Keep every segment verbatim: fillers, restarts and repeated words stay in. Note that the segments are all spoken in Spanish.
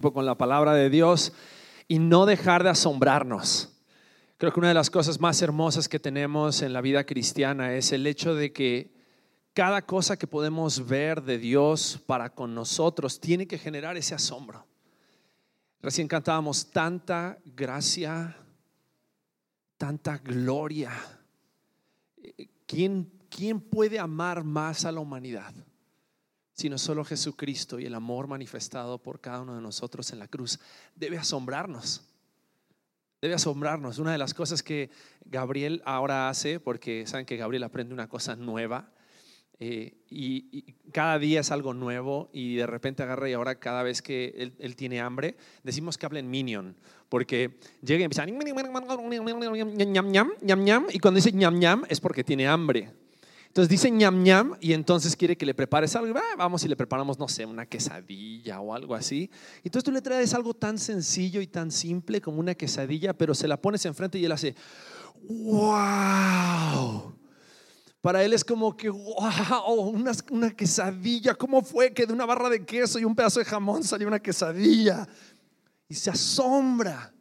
con la palabra de Dios y no dejar de asombrarnos. Creo que una de las cosas más hermosas que tenemos en la vida cristiana es el hecho de que cada cosa que podemos ver de Dios para con nosotros tiene que generar ese asombro. Recién cantábamos tanta gracia, tanta gloria. ¿Quién, quién puede amar más a la humanidad? Sino solo Jesucristo, y el amor manifestado por cada uno de nosotros en la cruz debe asombrarnos. Debe asombrarnos. Una de las cosas que Gabriel ahora hace, porque saben que Gabriel aprende una cosa nueva, eh, y, y cada día es algo nuevo, y de repente agarra y ahora cada vez que él, él tiene hambre, decimos que habla en Minion, porque llega y empieza ñam, ñam, ñam, ñam, y cuando dice ñam, ñam es porque tiene hambre. Entonces dice ñam ñam y entonces quiere que le prepares algo. Ah, vamos y le preparamos, no sé, una quesadilla o algo así. Entonces tú le traes algo tan sencillo y tan simple como una quesadilla, pero se la pones enfrente y él hace ¡wow! Para él es como que ¡wow! Una, una quesadilla. ¿Cómo fue que de una barra de queso y un pedazo de jamón salió una quesadilla? Y se asombra.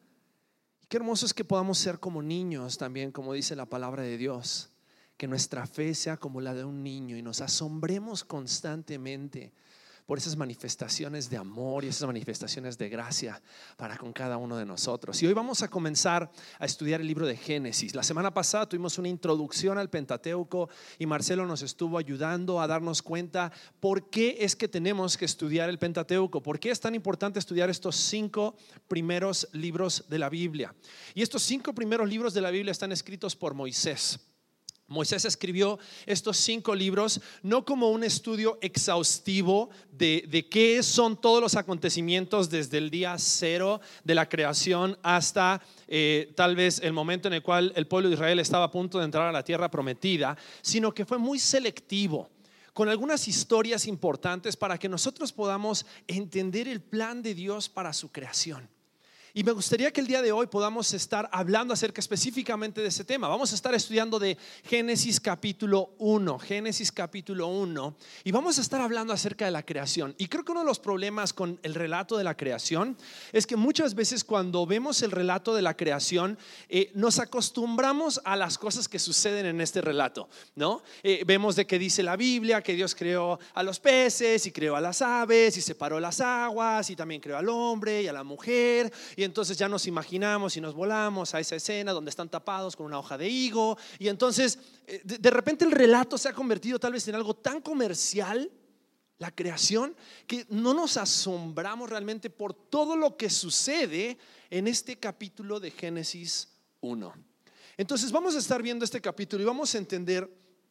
Y qué hermoso es que podamos ser como niños también, como dice la palabra de Dios. Que nuestra fe sea como la de un niño y nos asombremos constantemente por esas manifestaciones de amor y esas manifestaciones de gracia para con cada uno de nosotros. Y hoy vamos a comenzar a estudiar el libro de Génesis. La semana pasada tuvimos una introducción al Pentateuco y Marcelo nos estuvo ayudando a darnos cuenta por qué es que tenemos que estudiar el Pentateuco, por qué es tan importante estudiar estos cinco primeros libros de la Biblia. Y estos cinco primeros libros de la Biblia están escritos por Moisés. Moisés escribió estos cinco libros no como un estudio exhaustivo de, de qué son todos los acontecimientos desde el día cero de la creación hasta eh, tal vez el momento en el cual el pueblo de Israel estaba a punto de entrar a la tierra prometida, sino que fue muy selectivo, con algunas historias importantes para que nosotros podamos entender el plan de Dios para su creación. Y me gustaría que el día de hoy podamos estar hablando acerca específicamente de ese tema. Vamos a estar estudiando de Génesis capítulo uno, Génesis capítulo uno, y vamos a estar hablando acerca de la creación. Y creo que uno de los problemas con el relato de la creación es que muchas veces cuando vemos el relato de la creación eh, nos acostumbramos a las cosas que suceden en este relato, ¿no? Eh, vemos de que dice la Biblia que Dios creó a los peces y creó a las aves y separó las aguas y también creó al hombre y a la mujer. Y entonces ya nos imaginamos y nos volamos a esa escena donde están tapados con una hoja de higo. Y entonces de, de repente el relato se ha convertido tal vez en algo tan comercial, la creación, que no nos asombramos realmente por todo lo que sucede en este capítulo de Génesis uno. Entonces vamos a estar viendo este capítulo y vamos a entender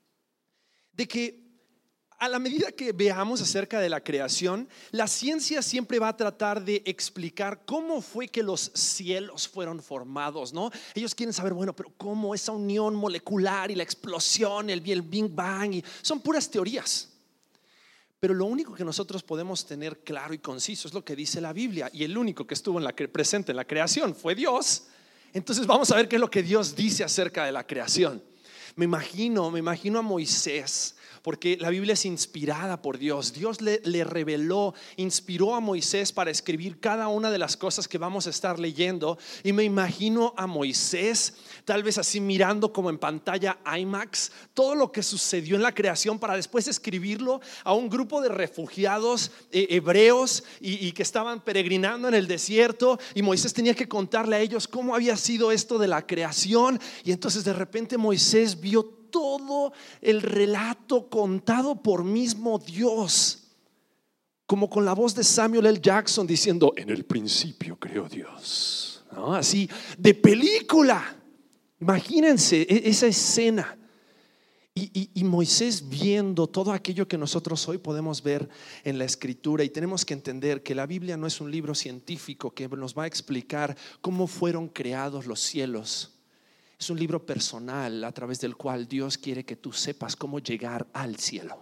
de que a la medida que veamos acerca de la creación, la ciencia siempre va a tratar de explicar cómo fue que los cielos fueron formados, ¿no? Ellos quieren saber, bueno, pero cómo esa unión molecular y la explosión, el, el Big Bang, y son puras teorías. Pero lo único que nosotros podemos tener claro y conciso es lo que dice la Biblia, y el único que estuvo en la, presente en la creación fue Dios. Entonces vamos a ver qué es lo que Dios dice acerca de la creación. Me imagino, me imagino a Moisés, porque la Biblia es inspirada por Dios. Dios le, le reveló, inspiró a Moisés para escribir cada una de las cosas que vamos a estar leyendo. Y me imagino a Moisés tal vez así mirando como en pantalla IMAX todo lo que sucedió en la creación para después escribirlo a un grupo de refugiados eh, hebreos y, y que estaban peregrinando en el desierto, y Moisés tenía que contarle a ellos cómo había sido esto de la creación. Y entonces de repente Moisés vio todo el relato contado por mismo Dios, como con la voz de Samuel L. Jackson diciendo: en el principio creó Dios, ¿no? Así de película. Imagínense esa escena. Y, y, y Moisés viendo todo aquello que nosotros hoy podemos ver en la escritura. Y tenemos que entender que la Biblia no es un libro científico que nos va a explicar cómo fueron creados los cielos. Es un libro personal a través del cual Dios quiere que tú sepas cómo llegar al cielo.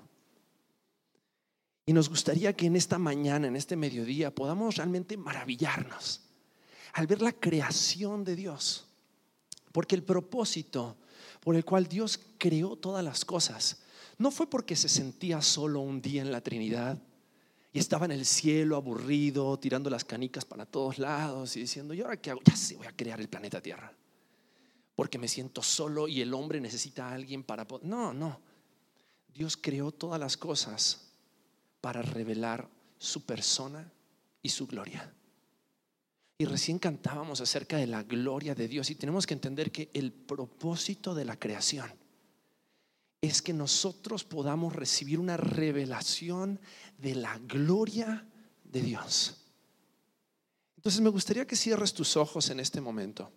Y nos gustaría que en esta mañana, en este mediodía, podamos realmente maravillarnos al ver la creación de Dios. Porque el propósito por el cual Dios creó todas las cosas no fue porque se sentía solo un día en la Trinidad, Y estaba en el cielo aburrido, tirando las canicas para todos lados y diciendo: ¿y ahora qué hago? Ya sé, voy a crear el planeta Tierra, porque me siento solo y el hombre necesita a alguien para poder. No, no. Dios creó todas las cosas para revelar su persona y su gloria. Y recién cantábamos acerca de la gloria de Dios, y tenemos que entender que el propósito de la creación es que nosotros podamos recibir una revelación de la gloria de Dios. Entonces me gustaría que cierres tus ojos en este momento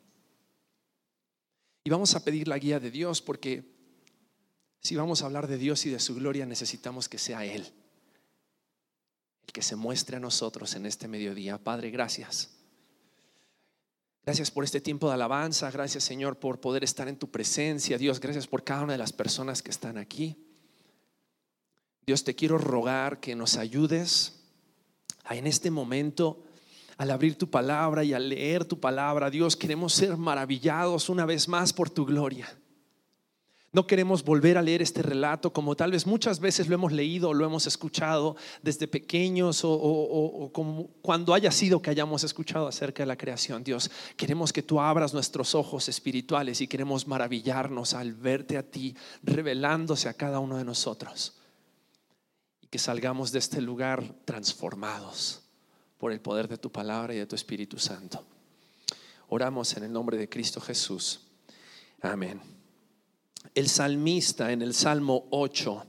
y vamos a pedir la guía de Dios, porque si vamos a hablar de Dios y de su gloria, necesitamos que sea Él el que se muestre a nosotros en este mediodía. Padre, gracias. Gracias por este tiempo de alabanza. Gracias, Señor, por poder estar en tu presencia. Dios, gracias por cada una de las personas que están aquí. Dios, te quiero rogar que nos ayudes a, en este momento, al abrir tu palabra y al leer tu palabra, Dios, queremos ser maravillados una vez más por tu gloria. No queremos volver a leer este relato como tal vez muchas veces lo hemos leído o lo hemos escuchado desde pequeños, o, o, o, o como cuando haya sido que hayamos escuchado acerca de la creación. Dios, queremos que tú abras nuestros ojos espirituales y queremos maravillarnos al verte a ti revelándose a cada uno de nosotros, y que salgamos de este lugar transformados por el poder de tu palabra y de tu Espíritu Santo. Oramos en el nombre de Cristo Jesús. Amén. El salmista en el Salmo ocho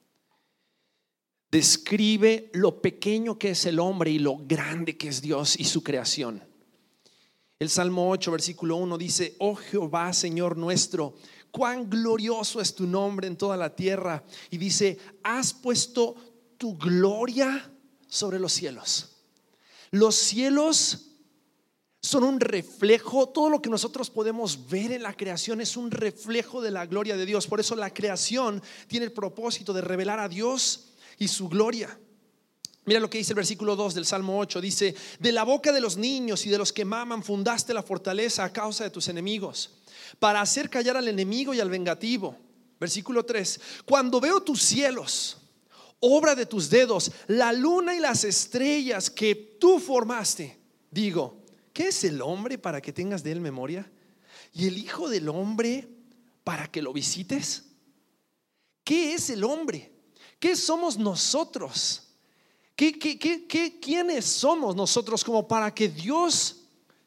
describe lo pequeño que es el hombre y lo grande que es Dios y su creación. El Salmo ocho, versículo uno dice: oh Jehová, Señor nuestro, cuán glorioso es tu nombre en toda la tierra. Y dice: has puesto tu gloria sobre los cielos. Los cielos son un reflejo. Todo lo que nosotros podemos ver en la creación es un reflejo de la gloria de Dios. Por eso la creación tiene el propósito de revelar a Dios y su gloria. Mira lo que dice el versículo dos del Salmo ocho. Dice: de la boca de los niños y de los que maman fundaste la fortaleza a causa de tus enemigos, para hacer callar al enemigo y al vengativo. Versículo tres: cuando veo tus cielos, obra de tus dedos, la luna y las estrellas que tú formaste, digo: ¿qué es el hombre para que tengas de él memoria? ¿Y el hijo del hombre para que lo visites? ¿Qué es el hombre? ¿Qué somos nosotros? ¿Qué, qué, qué, qué, ¿Quiénes somos nosotros como para que Dios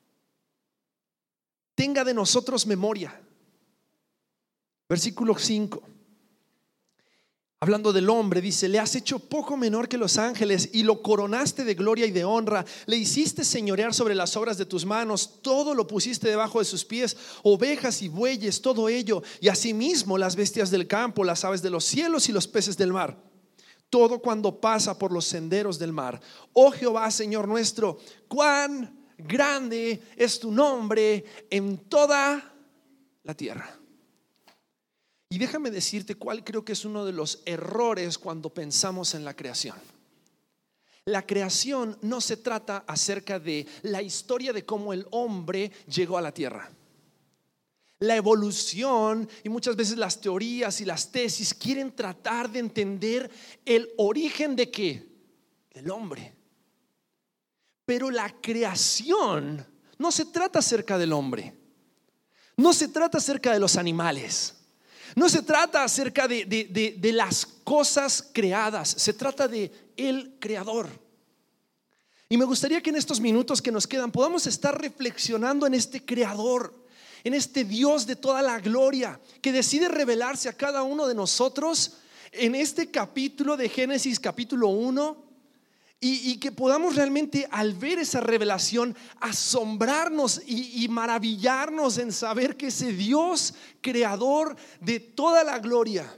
tenga de nosotros memoria? Versículo cinco. Hablando del hombre, dice: le has hecho poco menor que los ángeles y lo coronaste de gloria y de honra. Le hiciste señorear sobre las obras de tus manos. Todo lo pusiste debajo de sus pies, ovejas y bueyes, todo ello, y asimismo las bestias del campo, las aves de los cielos y los peces del mar, todo cuando pasa por los senderos del mar. Oh Jehová, Señor nuestro, cuán grande es tu nombre en toda la tierra. Y déjame decirte cuál creo que es uno de los errores cuando pensamos en la creación. La creación no se trata acerca de la historia de cómo el hombre llegó a la tierra. La evolución y muchas veces las teorías y las tesis quieren tratar de entender el origen de qué, del hombre. Pero la creación no se trata acerca del hombre, no se trata acerca de los animales. No se trata acerca de, de, de, de las cosas creadas, se trata de el creador. Y me gustaría que en estos minutos que nos quedan podamos estar reflexionando en este creador, en este Dios de toda la gloria, que decide revelarse a cada uno de nosotros en este capítulo de Génesis, capítulo uno. Y, y que podamos realmente, al ver esa revelación, asombrarnos y, y maravillarnos en saber que ese Dios creador de toda la gloria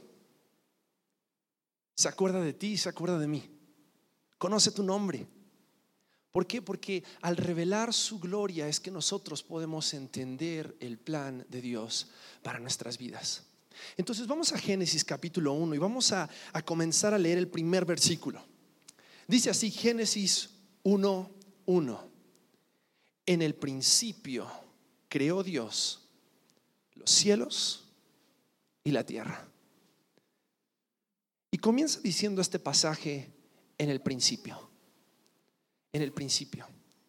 se acuerda de ti y se acuerda de mí. Conoce tu nombre. ¿Por qué? Porque al revelar su gloria es que nosotros podemos entender el plan de Dios para nuestras vidas. Entonces vamos a Génesis capítulo uno y vamos a, a comenzar a leer el primer versículo. Dice así, Génesis uno uno: en el principio creó Dios los cielos y la tierra. Y comienza diciendo este pasaje: en el principio. En el principio.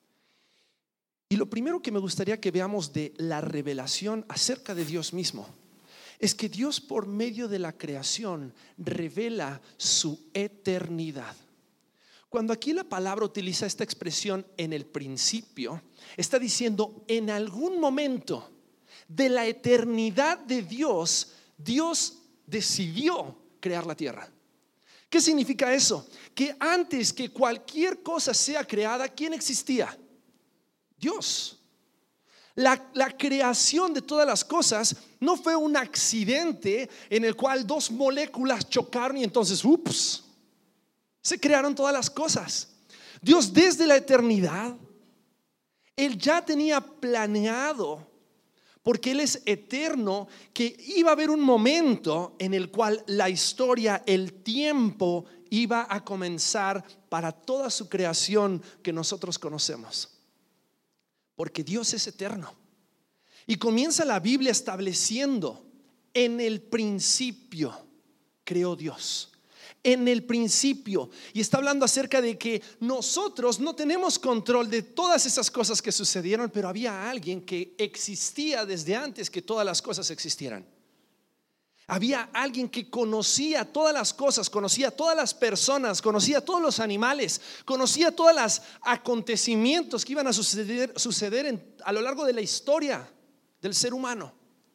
Y lo primero que me gustaría que veamos de la revelación acerca de Dios mismo es que Dios, por medio de la creación, revela su eternidad. Cuando aquí la palabra utiliza esta expresión en el principio, está diciendo en algún momento de la eternidad de Dios, Dios decidió crear la tierra. ¿Qué significa eso? Que antes que cualquier cosa sea creada, ¿quién existía? Dios. La, la creación de todas las cosas no fue un accidente en el cual dos moléculas chocaron y entonces, ups, se crearon todas las cosas. Dios, desde la eternidad, Él ya tenía planeado, porque Él es eterno, que iba a haber un momento en el cual la historia, el tiempo iba a comenzar para toda su creación que nosotros conocemos. Porque Dios es eterno. Y comienza la Biblia estableciendo: en el principio creó Dios. En el principio. Y está hablando acerca de que nosotros no tenemos control de todas esas cosas que sucedieron, pero había alguien que existía desde antes que todas las cosas existieran. Había alguien que conocía todas las cosas, conocía todas las personas, conocía todos los animales, conocía todos los acontecimientos que iban a suceder, suceder en, a lo largo de la historia del ser humano.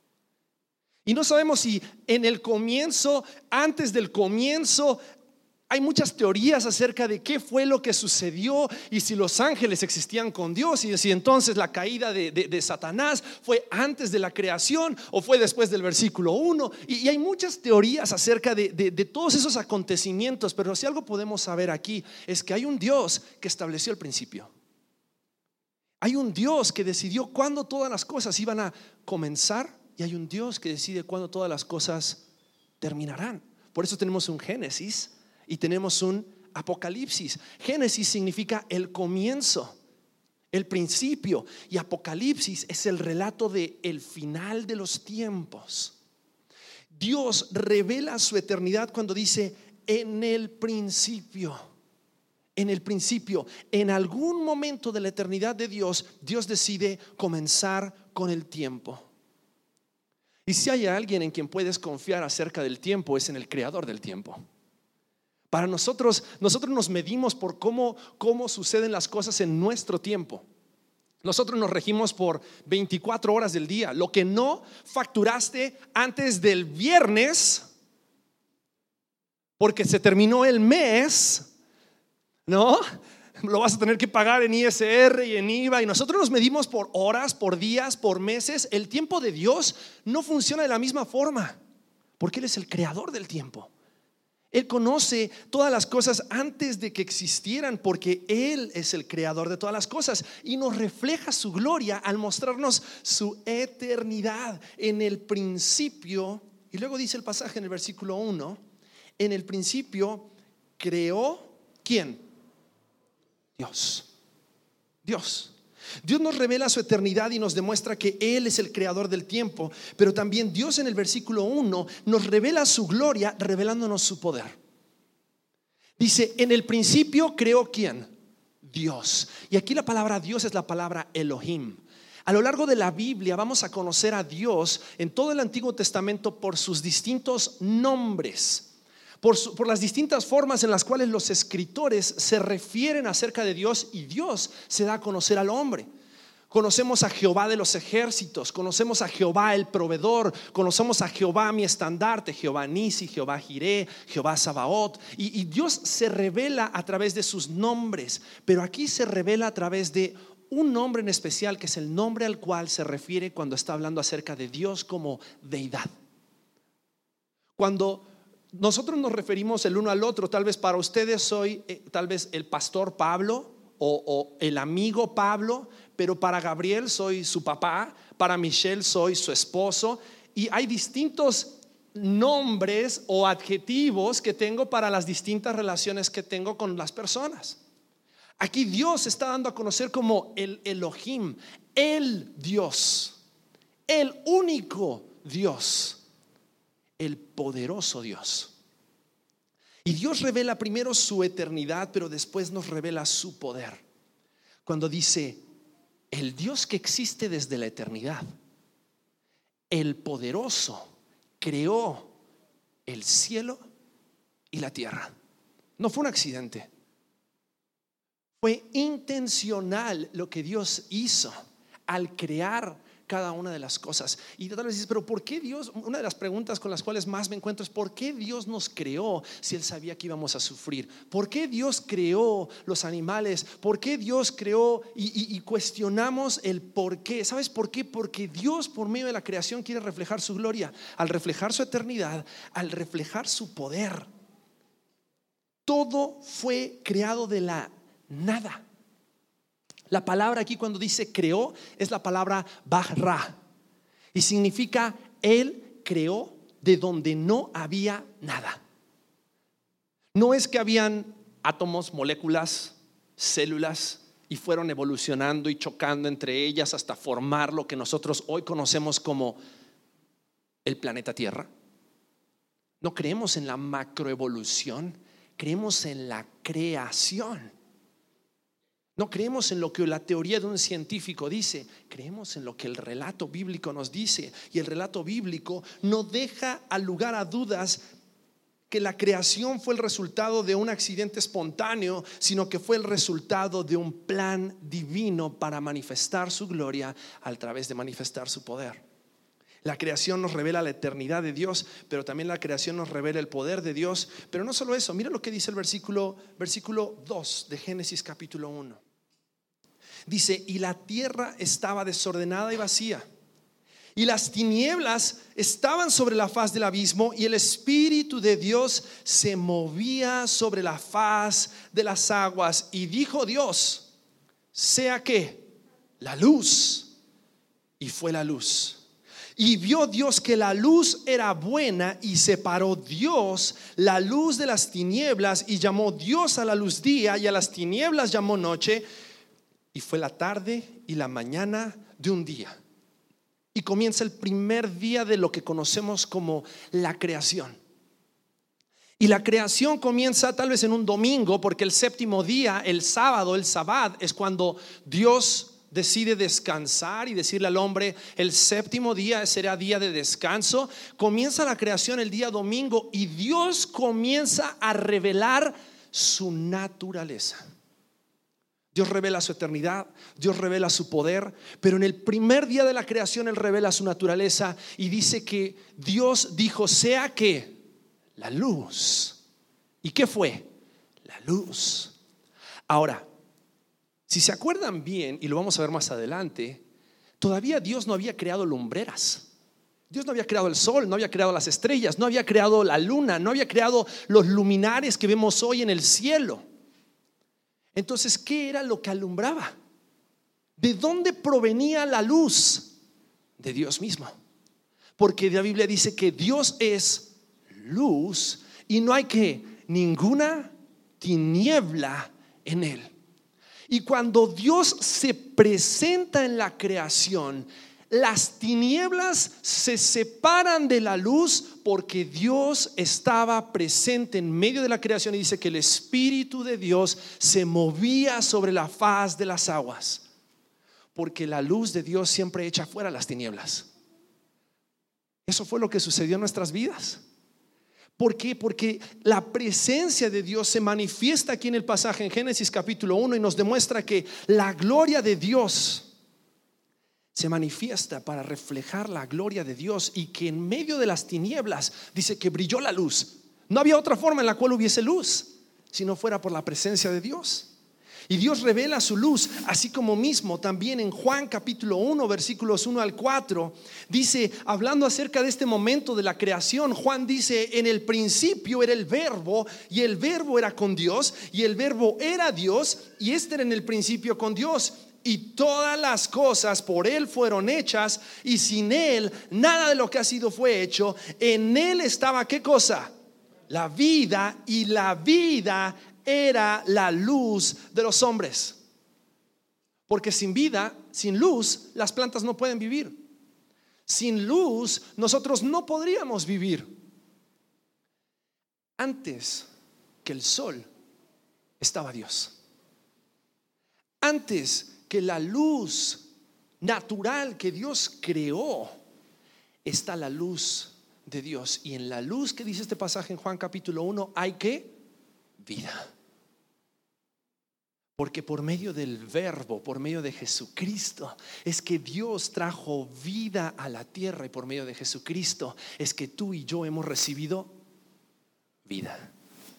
Y no sabemos si en el comienzo, antes del comienzo, hay muchas teorías acerca de qué fue lo que sucedió y si los ángeles existían con Dios y si entonces la caída de, de, de Satanás fue antes de la creación o fue después del versículo uno. Y, y hay muchas teorías acerca de, de, de todos esos acontecimientos, pero si algo podemos saber aquí es que hay un Dios que estableció el principio. Hay un Dios que decidió cuándo todas las cosas iban a comenzar y hay un Dios que decide cuándo todas las cosas terminarán. Por eso tenemos un Génesis y tenemos un Apocalipsis. Génesis significa el comienzo, el principio, y Apocalipsis es el relato de el final de los tiempos. Dios revela su eternidad cuando dice en el principio. En el principio, en algún momento de la eternidad de Dios, Dios decide comenzar con el tiempo. Y si hay alguien en quien puedes confiar acerca del tiempo, es en el creador del tiempo. Para nosotros, nosotros nos medimos por cómo, cómo suceden las cosas en nuestro tiempo. Nosotros nos regimos por veinticuatro horas del día. Lo que no facturaste antes del viernes, porque se terminó el mes, ¿no? Lo vas a tener que pagar en I S R y en I V A. Y nosotros nos medimos por horas, por días, por meses. El tiempo de Dios no funciona de la misma forma, porque Él es el creador del tiempo. Él conoce todas las cosas antes de que existieran, porque Él es el creador de todas las cosas y nos refleja su gloria al mostrarnos su eternidad en el principio. Y luego dice el pasaje en el versículo uno: en el principio creó ¿quién? Dios. Dios. Dios nos revela su eternidad y nos demuestra que Él es el creador del tiempo. Pero también Dios en el versículo uno nos revela su gloria, revelándonos su poder. Dice: en el principio creó ¿quién? Dios. Y aquí la palabra Dios es la palabra Elohim. A lo largo de la Biblia vamos a conocer a Dios en todo el Antiguo Testamento por sus distintos nombres, Por, su, por las distintas formas en las cuales los escritores se refieren acerca de Dios, y Dios se da a conocer al hombre. Conocemos a Jehová de los ejércitos, conocemos a Jehová el proveedor, conocemos a Jehová mi estandarte, Jehová Nisi, Jehová Jireh, Jehová Sabaoth, y, y Dios se revela a través de sus nombres. Pero aquí se revela a través de un nombre en especial, que es el nombre al cual se refiere cuando está hablando acerca de Dios como deidad. Cuando nosotros nos referimos el uno al otro, tal vez para ustedes soy eh, tal vez el pastor Pablo o, o el amigo Pablo, pero para Gabriel soy su papá, para Michelle soy su esposo, y hay distintos nombres o adjetivos que tengo para las distintas relaciones que tengo con las personas. Aquí Dios está dando a conocer como el Elohim, el Dios, el único Dios, el poderoso Dios. Y Dios revela primero su eternidad, pero después nos revela su poder. Cuando dice, el Dios que existe desde la eternidad, el poderoso, creó el cielo y la tierra. No fue un accidente. Fue intencional lo que Dios hizo al crear cada una de las cosas. Y tal vez dices, pero ¿por qué Dios? Una de las preguntas con las cuales más me encuentro es ¿por qué Dios nos creó si Él sabía que íbamos a sufrir? ¿Por qué Dios creó los animales? ¿Por qué Dios creó? Y, y, y cuestionamos el por qué. ¿Sabes por qué? Porque Dios por medio de la creación quiere reflejar su gloria, al reflejar su eternidad, al reflejar su poder. Todo fue creado de la nada. La palabra aquí cuando dice creó es la palabra barra y significa Él creó de donde no había nada. No es que habían átomos, moléculas, células y fueron evolucionando y chocando entre ellas hasta formar lo que nosotros hoy conocemos como el planeta Tierra. No creemos en la macroevolución, creemos en la creación. No creemos en lo que la teoría de un científico dice, creemos en lo que el relato bíblico nos dice. Y el relato bíblico no deja al lugar a dudas que la creación fue el resultado de un accidente espontáneo, sino que fue el resultado de un plan divino para manifestar su gloria a través de manifestar su poder. La creación nos revela la eternidad de Dios, pero también la creación nos revela el poder de Dios. Pero no solo eso, mira lo que dice el versículo, versículo dos de Génesis capítulo uno. Dice, y la tierra estaba desordenada y vacía, y las tinieblas estaban sobre la faz del abismo, y el Espíritu de Dios se movía sobre la faz de las aguas. Y dijo Dios, sea que la luz, y fue la luz. Y vio Dios que la luz era buena, y separó Dios la luz de las tinieblas, y llamó Dios a la luz día, y a las tinieblas llamó noche. Y fue la tarde y la mañana de un día. Y comienza el primer día de lo que conocemos como la creación. Y la creación comienza tal vez en un domingo, porque el séptimo día, el sábado, el sabbat, es cuando Dios decide descansar y decirle al hombre, el séptimo día será día de descanso. Comienza la creación el día domingo y Dios comienza a revelar su naturaleza. Dios revela su eternidad, Dios revela su poder, pero en el primer día de la creación Él revela su naturaleza y dice que Dios dijo, sea que la luz. ¿Y qué fue? La luz. Ahora, si se acuerdan bien, y lo vamos a ver más adelante, todavía Dios no había creado lumbreras. Dios no había creado el sol, no había creado las estrellas, no había creado la luna, no había creado los luminares que vemos hoy en el cielo. Entonces, ¿qué era lo que alumbraba? ¿De dónde provenía la luz? De Dios mismo. Porque la Biblia dice que Dios es luz y no hay que ninguna tiniebla en Él. Y cuando Dios se presenta en la creación, las tinieblas se separan de la luz porque Dios estaba presente en medio de la creación, y dice que el Espíritu de Dios se movía sobre la faz de las aguas, porque la luz de Dios siempre echa fuera las tinieblas. Eso fue lo que sucedió en nuestras vidas. ¿Por qué? Porque la presencia de Dios se manifiesta aquí en el pasaje en Génesis capítulo uno y nos demuestra que la gloria de Dios se manifiesta para reflejar la gloria de Dios, y que en medio de las tinieblas dice que brilló la luz. No había otra forma en la cual hubiese luz si no fuera por la presencia de Dios. Y Dios revela su luz, así como mismo también en Juan capítulo uno versículos uno al cuatro dice, hablando acerca de este momento de la creación, Juan dice, en el principio era el verbo, y el verbo era con Dios, y el verbo era Dios, y este era en el principio con Dios. Y todas las cosas por Él fueron hechas, y sin Él nada de lo que ha sido fue hecho. En Él estaba, ¿qué cosa? La vida, y la vida era la luz de los hombres. Porque sin vida, sin luz, las plantas no pueden vivir. Sin luz, nosotros no podríamos vivir. Antes que el sol estaba Dios. Antes que la luz natural que Dios creó, está la luz de Dios. Y en la luz que dice este pasaje en Juan capítulo uno hay que vida. Porque por medio del verbo, por medio de Jesucristo, es que Dios trajo vida a la tierra. Y por medio de Jesucristo es que tú y yo hemos recibido vida.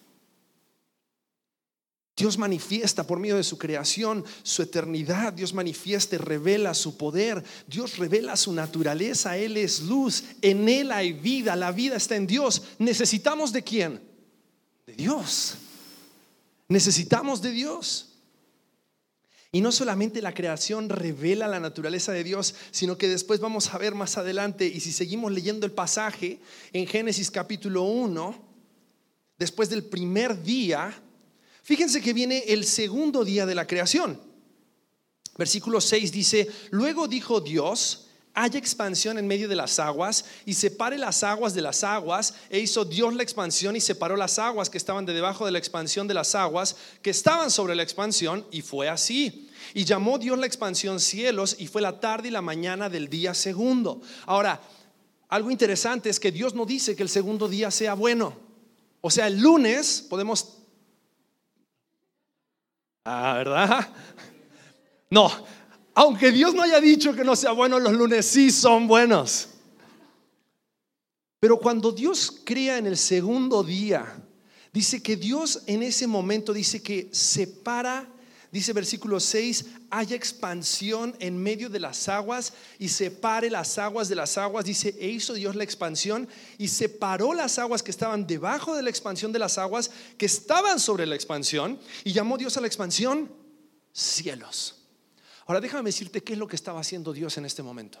Dios manifiesta por medio de su creación su eternidad. Dios manifiesta y revela su poder. Dios revela su naturaleza. Él es luz, en Él hay vida. La vida está en Dios. ¿Necesitamos de quién? De Dios. Necesitamos de Dios. Y no solamente la creación revela la naturaleza de Dios, sino que después vamos a ver más adelante, y si seguimos leyendo el pasaje en Génesis capítulo uno, después del primer día, fíjense que viene el segundo día de la creación. Versículo seis dice: luego dijo Dios, haya expansión en medio de las aguas y separe las aguas de las aguas. E hizo Dios la expansión y separó las aguas que estaban de debajo de la expansión de las aguas que estaban sobre la expansión, y fue así. Y llamó Dios la expansión cielos, y fue la tarde y la mañana del día segundo. Ahora, algo interesante es que Dios no dice que el segundo día sea bueno. O sea, el lunes podemos... Ah, ¿verdad? No, aunque Dios no haya dicho que no sea bueno, los lunes sí son buenos. Pero cuando Dios crea en el segundo día, dice que Dios en ese momento dice que separa, dice versículo seis, haya expansión en medio de las aguas y separe las aguas de las aguas. Dice, e hizo Dios la expansión y separó las aguas que estaban debajo de la expansión de las aguas que estaban sobre la expansión, y llamó Dios a la expansión cielos. Ahora déjame decirte qué es lo que estaba haciendo Dios en este momento.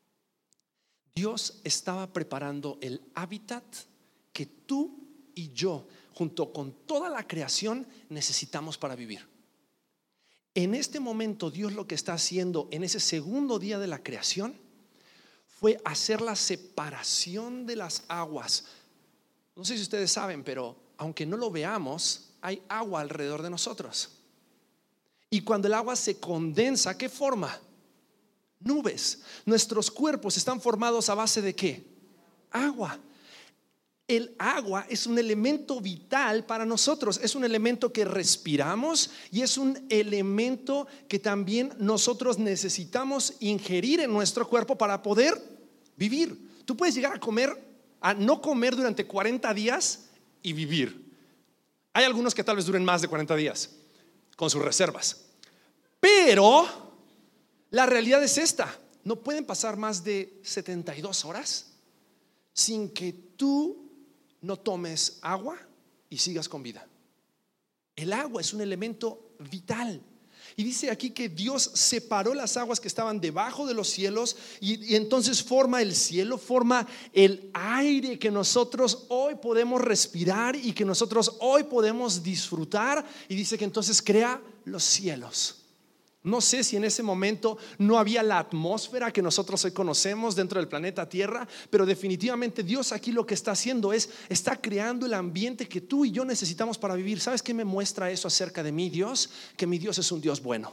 Dios estaba preparando el hábitat que tú y yo, junto con toda la creación, necesitamos para vivir. En este momento Dios lo que está haciendo en ese segundo día de la creación fue hacer la separación de las aguas. No sé si ustedes saben, pero aunque no lo veamos, hay agua alrededor de nosotros. Y cuando el agua se condensa, ¿qué forma? Nubes. Nuestros cuerpos están formados a base de ¿qué? Agua. El agua es un elemento vital para nosotros. Es un elemento que respiramos y es un elemento que también nosotros necesitamos ingerir en nuestro cuerpo para poder vivir. Tú puedes llegar a comer, a no comer durante cuarenta días y vivir. Hay algunos que tal vez duren más de cuarenta días con sus reservas, pero la realidad es esta: no pueden pasar más de setenta y dos horas sin que tú no tomes agua y sigas con vida. El agua es un elemento vital. Y dice aquí que Dios separó las aguas que estaban debajo de los cielos, y, y entonces forma el cielo, forma el aire que nosotros hoy podemos respirar y que nosotros hoy podemos disfrutar. Y dice que entonces crea los cielos. No sé si en ese momento no había la atmósfera que nosotros hoy conocemos dentro del planeta Tierra, pero definitivamente Dios aquí lo que está haciendo es, está creando el ambiente que tú y yo necesitamos para vivir. ¿Sabes qué me muestra eso acerca de mi Dios? Que mi Dios es un Dios bueno.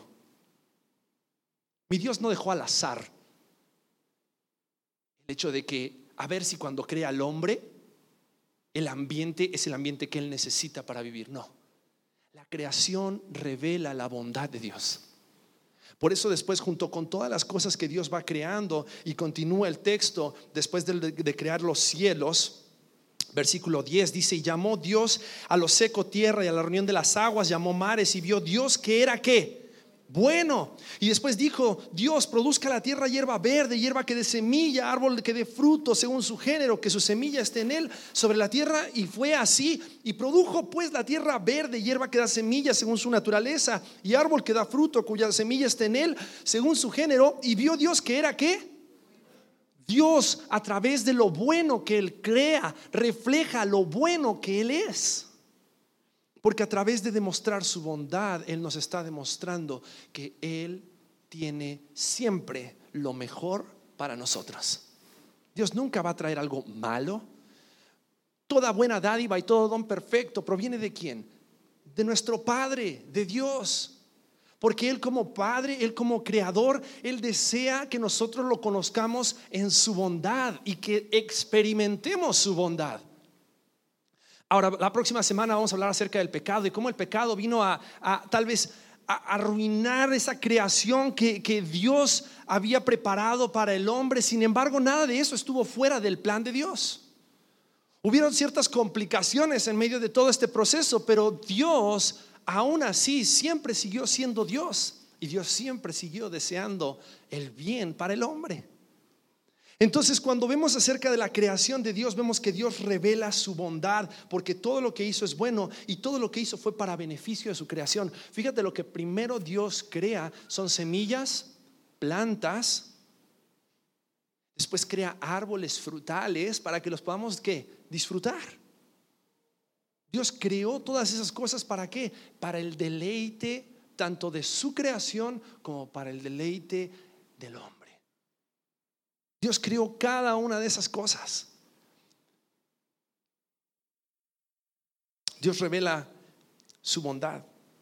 Mi Dios no dejó al azar el hecho de que a ver si cuando crea al hombre el ambiente es el ambiente que él necesita para vivir. No, la creación revela la bondad de Dios. Por eso después, junto con todas las cosas que Dios va creando, y continúa el texto después de, de crear los cielos, versículo diez dice: y llamó Dios a lo seco tierra, y a la reunión de las aguas llamó mares, y vio Dios que era ¿qué? Bueno. Y después dijo Dios: produzca la tierra hierba verde, hierba que dé semilla, árbol que dé fruto según su género, que su semilla esté en él sobre la tierra. Y fue así. Y produjo pues la tierra verde, hierba que da semilla según su naturaleza, y árbol que da fruto cuya semilla esté en él según su género. Y vio Dios que era ¿qué? Dios, a través de lo bueno que él crea, refleja lo bueno que él es. Porque a través de demostrar su bondad, él nos está demostrando que él tiene siempre lo mejor para nosotros. Dios nunca va a traer algo malo. Toda buena dádiva y todo don perfecto proviene ¿de quién? De nuestro Padre, de Dios. Porque Él como Padre, Él como Creador, Él desea que nosotros lo conozcamos en su bondad y que experimentemos su bondad. Ahora, la próxima semana vamos a hablar acerca del pecado y cómo el pecado vino a, a tal vez a arruinar esa creación que, que Dios había preparado para el hombre. Sin embargo, nada de eso estuvo fuera del plan de Dios. Hubieron ciertas complicaciones en medio de todo este proceso, pero Dios aún así siempre siguió siendo Dios, y Dios siempre siguió deseando el bien para el hombre. Entonces, cuando vemos acerca de la creación de Dios, vemos que Dios revela su bondad, porque todo lo que hizo es bueno y todo lo que hizo fue para beneficio de su creación. Fíjate, lo que primero Dios crea son semillas, plantas. Después crea árboles frutales para que los podamos ¿qué? Disfrutar. Dios creó todas esas cosas ¿para qué? Para el deleite tanto de su creación como para el deleite del hombre. Dios creó cada una de esas cosas. Dios revela su bondad.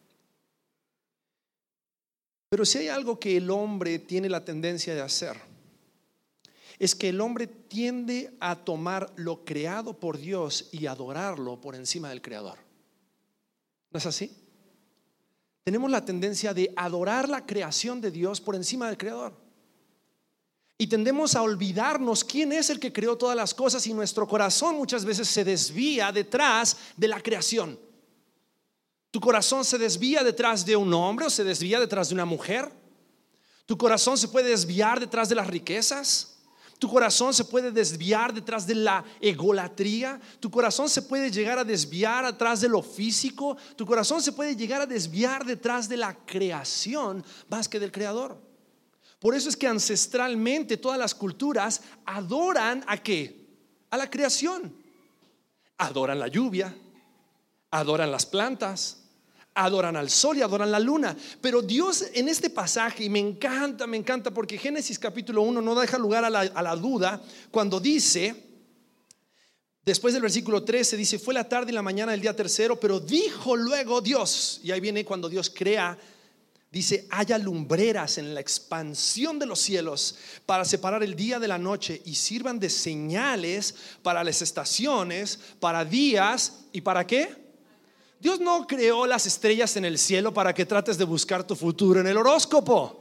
Pero si hay algo que el hombre tiene la tendencia de hacer, es que el hombre tiende a tomar lo creado por Dios y adorarlo por encima del creador. ¿No es así? Tenemos la tendencia de adorar la creación de Dios por encima del creador, y tendemos a olvidarnos quién es el que creó todas las cosas, y nuestro corazón muchas veces se desvía detrás de la creación. Tu corazón se desvía detrás de un hombre o se desvía detrás de una mujer. Tu corazón se puede desviar detrás de las riquezas. Tu corazón se puede desviar detrás de la egolatría. Tu corazón se puede llegar a desviar atrás de lo físico. Tu corazón se puede llegar a desviar detrás de la creación más que del creador. Por eso es que ancestralmente todas las culturas adoran ¿a qué? A la creación. Adoran la lluvia, adoran las plantas, adoran al sol y adoran la luna. Pero Dios en este pasaje, y me encanta, me encanta, porque Génesis capítulo uno no deja lugar a la, a la duda, cuando dice, después del versículo trece, dice: fue la tarde y la mañana del día tercero, pero dijo luego Dios. Y ahí viene cuando Dios crea. Dice: haya lumbreras en la expansión de los cielos para separar el día de la noche, y sirvan de señales para las estaciones, para días y para ¿qué? Dios no creó las estrellas en el cielo para que trates de buscar tu futuro en el horóscopo.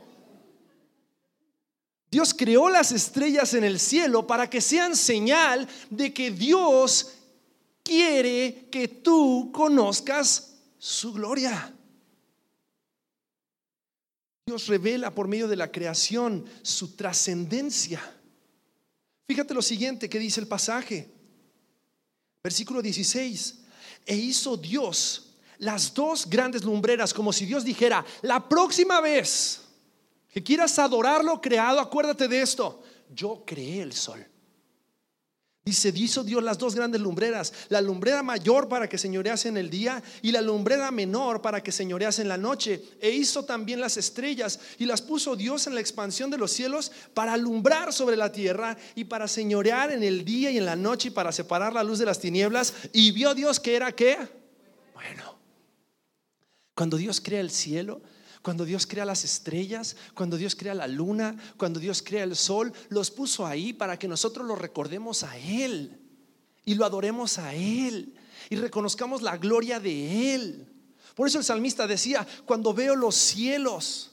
Dios creó las estrellas en el cielo para que sean señal de que Dios quiere que tú conozcas su gloria. Dios revela por medio de la creación su trascendencia. Fíjate lo siguiente que dice el pasaje, versículo dieciséis: e hizo Dios las dos grandes lumbreras, como si Dios dijera: la próxima vez que quieras adorar lo creado, acuérdate de esto: yo creé el sol. Dice: hizo Dios las dos grandes lumbreras, la lumbrera mayor para que señorease en el día y la lumbrera menor para que señorease en la noche. E hizo también las estrellas y las puso Dios en la expansión de los cielos para alumbrar sobre la tierra y para señorear en el día y en la noche y para separar la luz de las tinieblas. Y vio Dios que era ¿qué? Bueno. Cuando Dios crea el cielo, cuando Dios crea las estrellas, cuando Dios crea la luna, cuando Dios crea el sol, los puso ahí para que nosotros lo recordemos a Él y lo adoremos a Él y reconozcamos la gloria de Él. Por eso el salmista decía: cuando veo los cielos,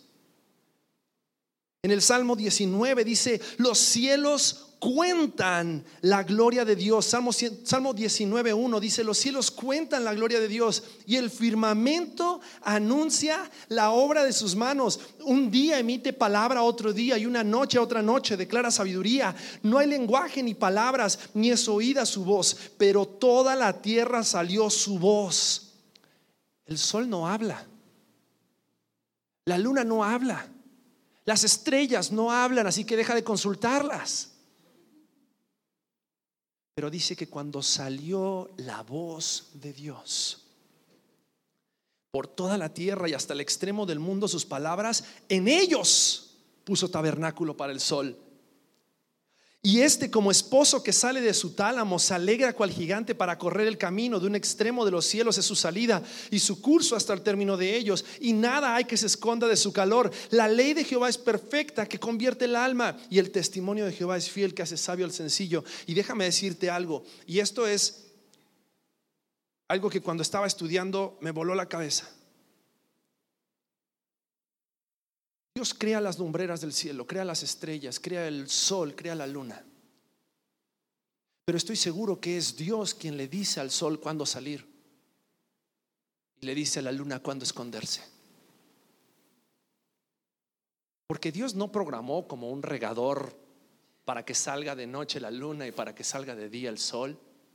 en el Salmo diecinueve dice: los cielos cuentan la gloria de Dios. Salmo, Salmo diecinueve uno dice: los cielos cuentan la gloria de Dios y el firmamento anuncia la obra de sus manos. Un día emite palabra a otro día y una noche a otra noche declara sabiduría. No hay lenguaje ni palabras, ni es oída su voz, pero toda la tierra salió su voz. El sol no habla, la luna no habla, las estrellas no hablan, así que deja de consultarlas. Pero dice que cuando salió la voz de Dios por toda la tierra y hasta el extremo del mundo, sus palabras, en ellos puso tabernáculo para el sol Y este, como esposo que sale de su tálamo, se alegra cual gigante para correr el camino. De un extremo de los cielos es su salida y su curso hasta el término de ellos, y nada hay que se esconda de su calor. La ley de Jehová es perfecta, que convierte el alma, y el testimonio de Jehová es fiel, que hace sabio al sencillo. Y déjame decirte algo, y esto es algo que cuando estaba estudiando me voló la cabeza. Dios crea las lumbreras del cielo, crea las estrellas, crea el sol, crea la luna. Pero estoy seguro que es Dios quien le dice al sol cuándo salir y le dice a la luna cuándo esconderse. Porque Dios no programó como un regador para que salga de noche la luna y para que salga de día el sol.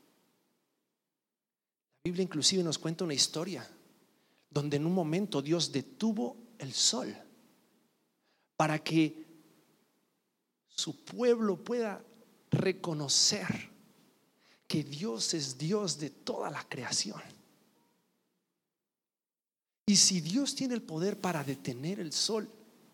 La Biblia inclusive nos cuenta una historia donde en un momento Dios detuvo el sol para que su pueblo pueda reconocer que Dios es Dios de toda la creación. Y si Dios tiene el poder para detener el sol,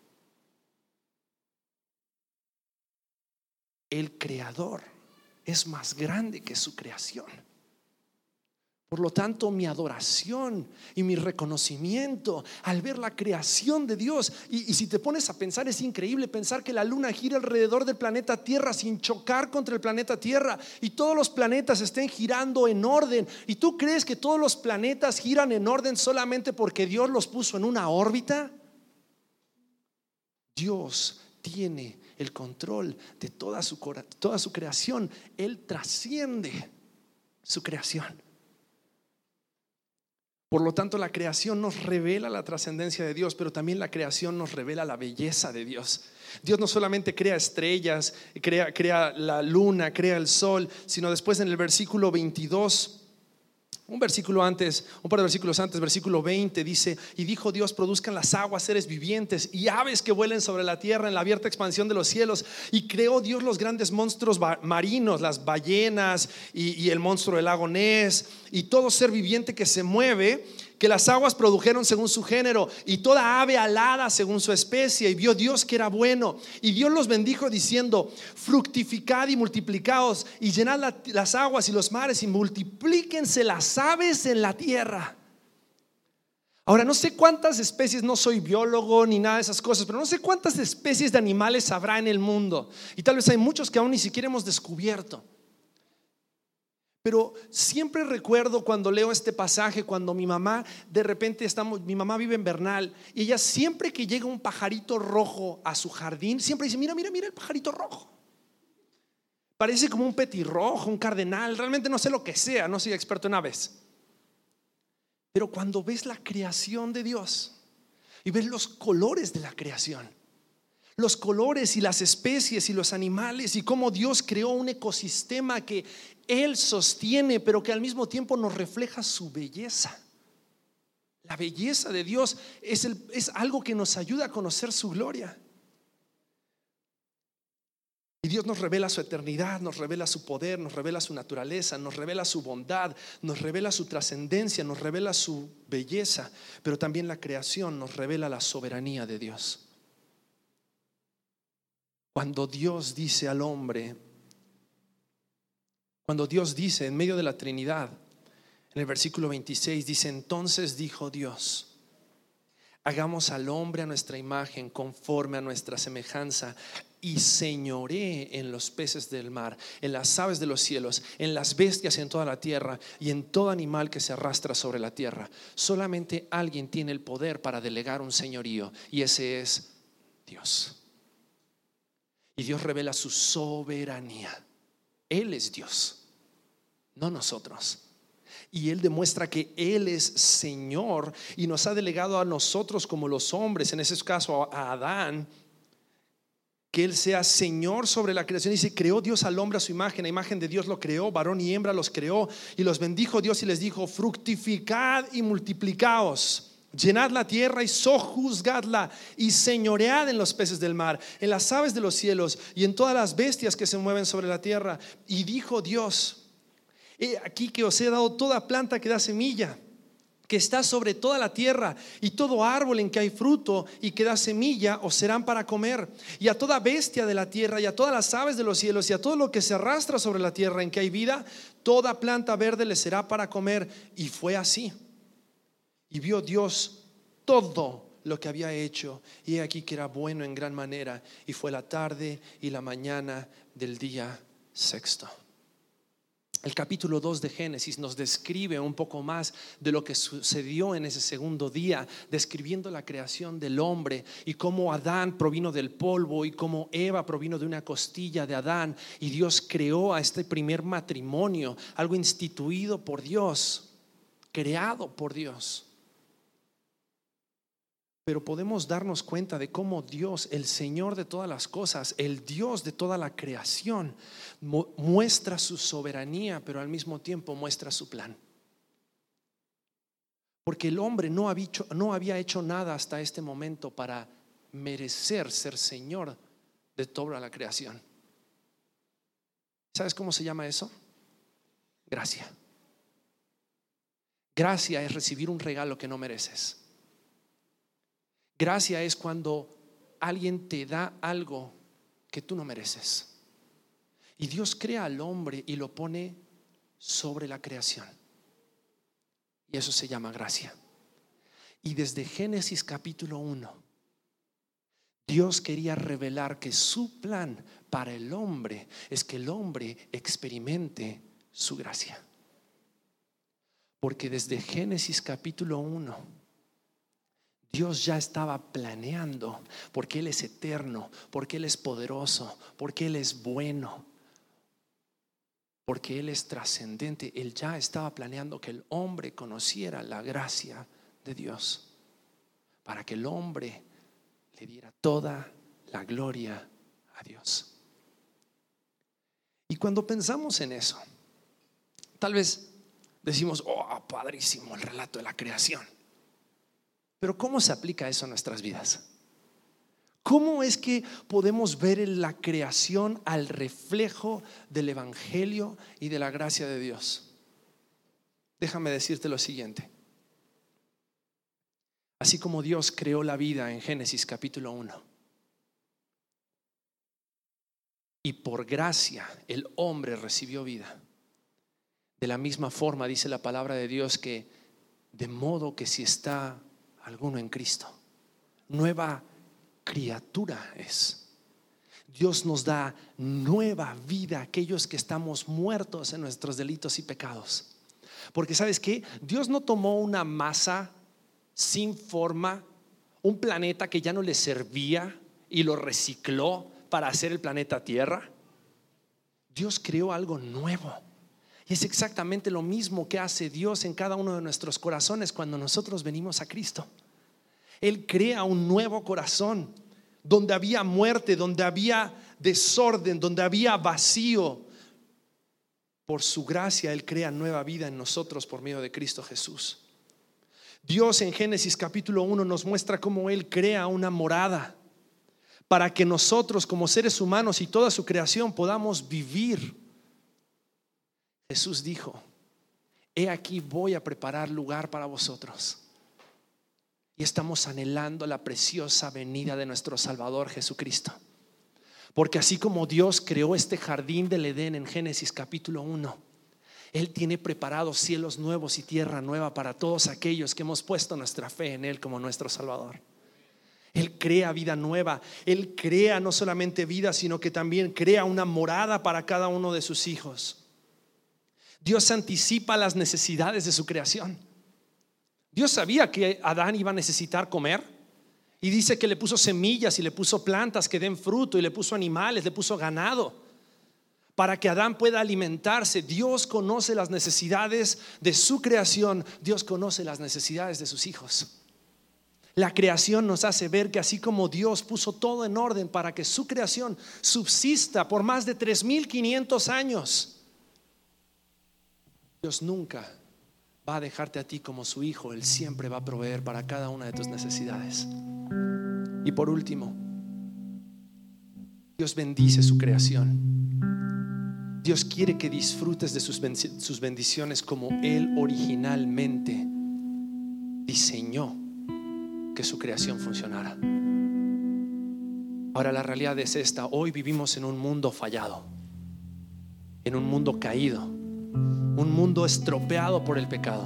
el creador es más grande que su creación. Por lo tanto, mi adoración y mi reconocimiento al ver la creación de Dios, y, y si te pones a pensar, es increíble pensar que la luna gira alrededor del planeta Tierra sin chocar contra el planeta Tierra, y todos los planetas estén girando en orden. ¿Y tú crees que todos los planetas giran en orden solamente porque Dios los puso en una órbita? Dios tiene el control de toda su, toda su creación. Él trasciende su creación. Por lo tanto, la creación nos revela la trascendencia de Dios, pero también la creación nos revela la belleza de Dios. Dios no solamente crea estrellas, crea, crea la luna, crea el sol, sino después en el versículo veintidós, un versículo antes, un par de versículos antes, versículo veinte, dice: y dijo Dios, produzcan las aguas seres vivientes y aves que vuelen sobre la tierra en la abierta expansión de los cielos. Y creó Dios los grandes monstruos marinos, las ballenas y, y el monstruo del lago Ness, y todo ser viviente que se mueve, que las aguas produjeron según su género, y toda ave alada según su especie. Y vio Dios que era bueno, y Dios los bendijo diciendo: fructificad y multiplicaos, y llenad la, las aguas y los mares, y multiplíquense las aves en la tierra. Ahora, no sé cuántas especies, no soy biólogo ni nada de esas cosas, pero no sé cuántas especies de animales habrá en el mundo, y tal vez hay muchos que aún ni siquiera hemos descubierto. Pero siempre recuerdo cuando leo este pasaje, cuando mi mamá de repente estamos, mi mamá vive en Bernal, y ella siempre que llega un pajarito rojo a su jardín, siempre dice: mira, mira, mira el pajarito rojo. Parece como un petirrojo, un cardenal, realmente no sé lo que sea, no soy experto en aves. Pero cuando ves la creación de Dios y ves los colores de la creación, los colores y las especies y los animales, y cómo Dios creó un ecosistema que Él sostiene, pero que al mismo tiempo nos refleja su belleza. La belleza de Dios es, el, es algo que nos ayuda a conocer su gloria. Y Dios nos revela su eternidad, nos revela su poder, nos revela su naturaleza, nos revela su bondad, nos revela su trascendencia, nos revela su belleza. Pero también la creación nos revela la soberanía de Dios. Cuando Dios dice al hombre, cuando Dios dice en medio de la Trinidad, en el versículo veintiséis dice: entonces dijo Dios: hagamos al hombre a nuestra imagen, conforme a nuestra semejanza, y señoree en los peces del mar, en las aves de los cielos, en las bestias en toda la tierra, y en todo animal que se arrastra sobre la tierra. Solamente alguien tiene el poder para delegar un señorío, y ese es Dios. Y Dios revela su soberanía. Él es Dios, no nosotros. Y Él demuestra que Él es Señor, y nos ha delegado a nosotros como los hombres, en ese caso a Adán, que Él sea Señor sobre la creación. Dice: creó Dios al hombre a su imagen, a imagen de Dios lo creó, varón y hembra los creó. Y los bendijo Dios y les dijo: fructificad y multiplicaos, llenad la tierra y sojuzgadla, y señoread en los peces del mar, en las aves de los cielos, y en todas las bestias que se mueven sobre la tierra. Y dijo Dios: he aquí que os he dado toda planta que da semilla, que está sobre toda la tierra, y todo árbol en que hay fruto y que da semilla os serán para comer, y a toda bestia de la tierra, y a todas las aves de los cielos, y a todo lo que se arrastra sobre la tierra en que hay vida, toda planta verde le será para comer. Y fue así. Y vio Dios todo lo que había hecho, y he aquí que era bueno en gran manera. Y fue la tarde y la mañana del día sexto. El capítulo dos de Génesis nos describe un poco más de lo que sucedió en ese segundo día, describiendo la creación del hombre y cómo Adán provino del polvo y cómo Eva provino de una costilla de Adán, y Dios creó a este primer matrimonio, algo instituido por Dios, creado por Dios. Pero podemos darnos cuenta de cómo Dios, el Señor de todas las cosas, el Dios de toda la creación, muestra su soberanía, pero al mismo tiempo muestra su plan. Porque el hombre no había hecho, no había hecho nada hasta este momento para merecer ser Señor de toda la creación. ¿Sabes cómo se llama eso? Gracia. Gracia es recibir un regalo que no mereces. Gracia es cuando alguien te da algo que tú no mereces. Y Dios crea al hombre y lo pone sobre la creación. Y eso se llama gracia. Y desde Génesis capítulo uno, Dios quería revelar que su plan para el hombre es que el hombre experimente su gracia. Porque desde Génesis capítulo uno, Dios ya estaba planeando, porque Él es eterno, porque Él es poderoso, porque Él es bueno, porque Él es trascendente. Él ya estaba planeando que el hombre conociera la gracia de Dios, para que el hombre le diera toda la gloria a Dios. Y cuando pensamos en eso, tal vez decimos: oh, padrísimo el relato de la creación. Pero ¿cómo se aplica eso a nuestras vidas? ¿Cómo es que podemos ver en la creación al reflejo del evangelio y de la gracia de Dios? Déjame decirte lo siguiente. Así como Dios creó la vida en Génesis capítulo uno, y por gracia el hombre recibió vida, de la misma forma dice la palabra de Dios que de modo que si está alguno en Cristo, nueva criatura es. Dios nos da nueva vida a aquellos que estamos muertos en nuestros delitos y pecados. Porque ¿sabes qué? Dios no tomó una masa sin forma, un planeta que ya no le servía y lo recicló para hacer el planeta Tierra. Dios creó algo nuevo. Y es exactamente lo mismo que hace Dios en cada uno de nuestros corazones cuando nosotros venimos a Cristo. Él crea un nuevo corazón donde había muerte, donde había desorden, donde había vacío. Por su gracia Él crea nueva vida en nosotros por medio de Cristo Jesús. Dios en Génesis capítulo uno nos muestra cómo Él crea una morada para que nosotros como seres humanos y toda su creación podamos vivir. Jesús dijo: he aquí voy a preparar lugar para vosotros. Y estamos anhelando la preciosa venida de nuestro Salvador Jesucristo. Porque así como Dios creó este jardín del Edén en Génesis capítulo uno, Él tiene preparados cielos nuevos y tierra nueva para todos aquellos que hemos puesto nuestra fe en Él como nuestro Salvador. Él crea vida nueva. Él crea no solamente vida, sino que también crea una morada para cada uno de sus hijos. Dios anticipa las necesidades de su creación. Dios sabía que Adán iba a necesitar comer, y dice que le puso semillas y le puso plantas que den fruto, y le puso animales, le puso ganado para que Adán pueda alimentarse. Dios conoce las necesidades de su creación. Dios conoce las necesidades de sus hijos. La creación nos hace ver que así como Dios puso todo en orden para que su creación subsista por más de tres mil quinientos años, Dios nunca va a dejarte a ti como su hijo. Él siempre va a proveer para cada una de tus necesidades. Y por último, Dios bendice su creación. Dios quiere que disfrutes de sus bendiciones como Él originalmente diseñó que su creación funcionara. Ahora la realidad es esta: hoy vivimos en un mundo fallado, en un mundo caído, un mundo estropeado por el pecado.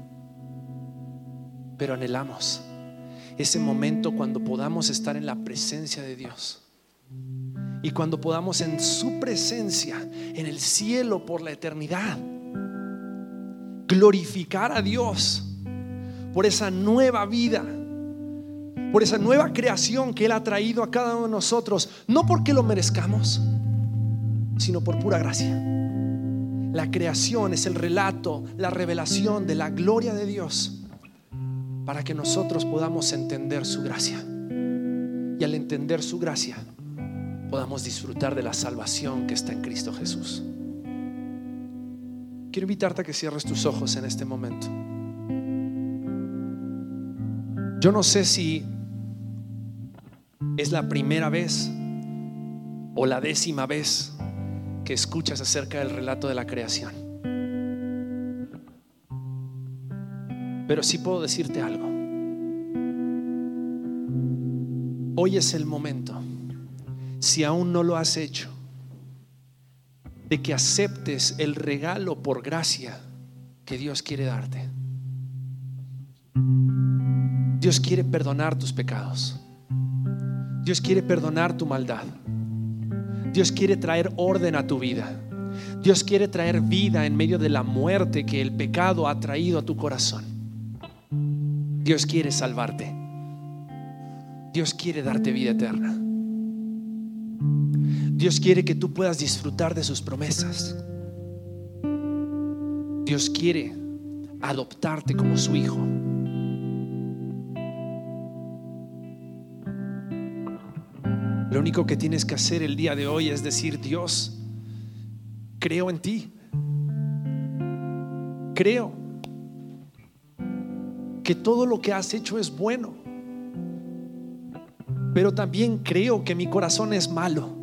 Pero anhelamos ese momento cuando podamos estar en la presencia de Dios, y cuando podamos en su presencia, en el cielo por la eternidad, glorificar a Dios por esa nueva vida, por esa nueva creación que Él ha traído a cada uno de nosotros, no porque lo merezcamos, sino por pura gracia. La creación es el relato, la revelación de la gloria de Dios, para que nosotros podamos entender su gracia, y al entender su gracia podamos disfrutar de la salvación que está en Cristo Jesús. Quiero invitarte a que cierres tus ojos en este momento. Yo no sé si es la primera vez o la décima vez que escuchas acerca del relato de la creación, pero sí puedo decirte algo. Hoy es el momento, si aún no lo has hecho, de que aceptes el regalo por gracia que Dios quiere darte. Dios quiere perdonar tus pecados. Dios quiere perdonar tu maldad. Dios quiere traer orden a tu vida. Dios quiere traer vida en medio de la muerte que el pecado ha traído a tu corazón. Dios quiere salvarte. Dios quiere darte vida eterna. Dios quiere que tú puedas disfrutar de sus promesas. Dios quiere adoptarte como su hijo. Lo único que tienes que hacer el día de hoy es decir: Dios, creo en ti. Creo que todo lo que has hecho es bueno, pero también creo que mi corazón es malo.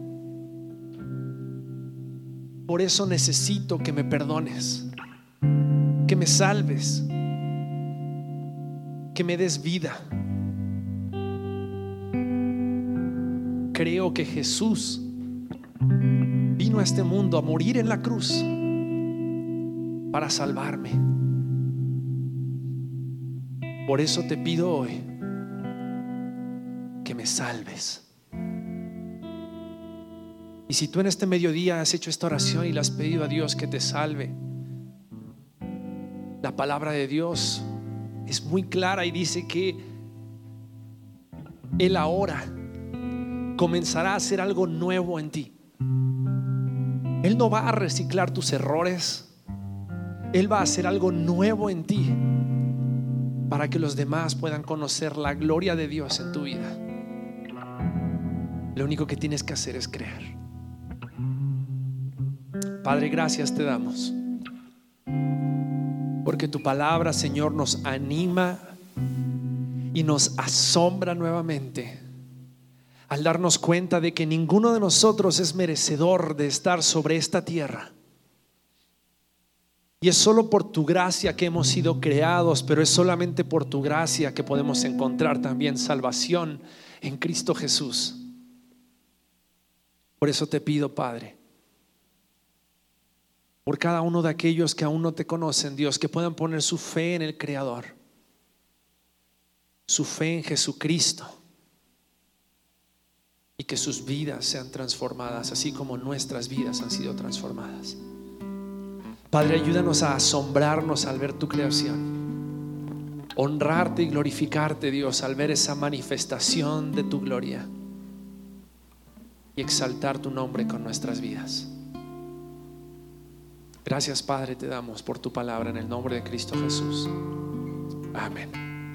Por eso necesito que me perdones, que me salves, que me des vida. Creo que Jesús vino a este mundo a morir en la cruz para salvarme. Por eso te pido hoy que me salves. Y si tú en este mediodía has hecho esta oración y le has pedido a Dios que te salve, la palabra de Dios es muy clara y dice que Él ahora comenzará a hacer algo nuevo en ti. Él no va a reciclar tus errores. Él va a hacer algo nuevo en ti para que los demás puedan conocer la gloria de Dios en tu vida. Lo único que tienes que hacer es creer. Padre, gracias te damos porque tu palabra, Señor, nos anima y nos asombra nuevamente al darnos cuenta de que ninguno de nosotros es merecedor de estar sobre esta tierra. Y es solo por tu gracia que hemos sido creados, pero es solamente por tu gracia que podemos encontrar también salvación en Cristo Jesús. Por eso te pido, Padre, por cada uno de aquellos que aún no te conocen, Dios, que puedan poner su fe en el Creador, su fe en Jesucristo, y que sus vidas sean transformadas, así como nuestras vidas han sido transformadas. Padre, ayúdanos a asombrarnos al ver tu creación, honrarte y glorificarte, Dios, al ver esa manifestación de tu gloria, y exaltar tu nombre con nuestras vidas. Gracias, Padre, te damos por tu palabra en el nombre de Cristo Jesús. Amén.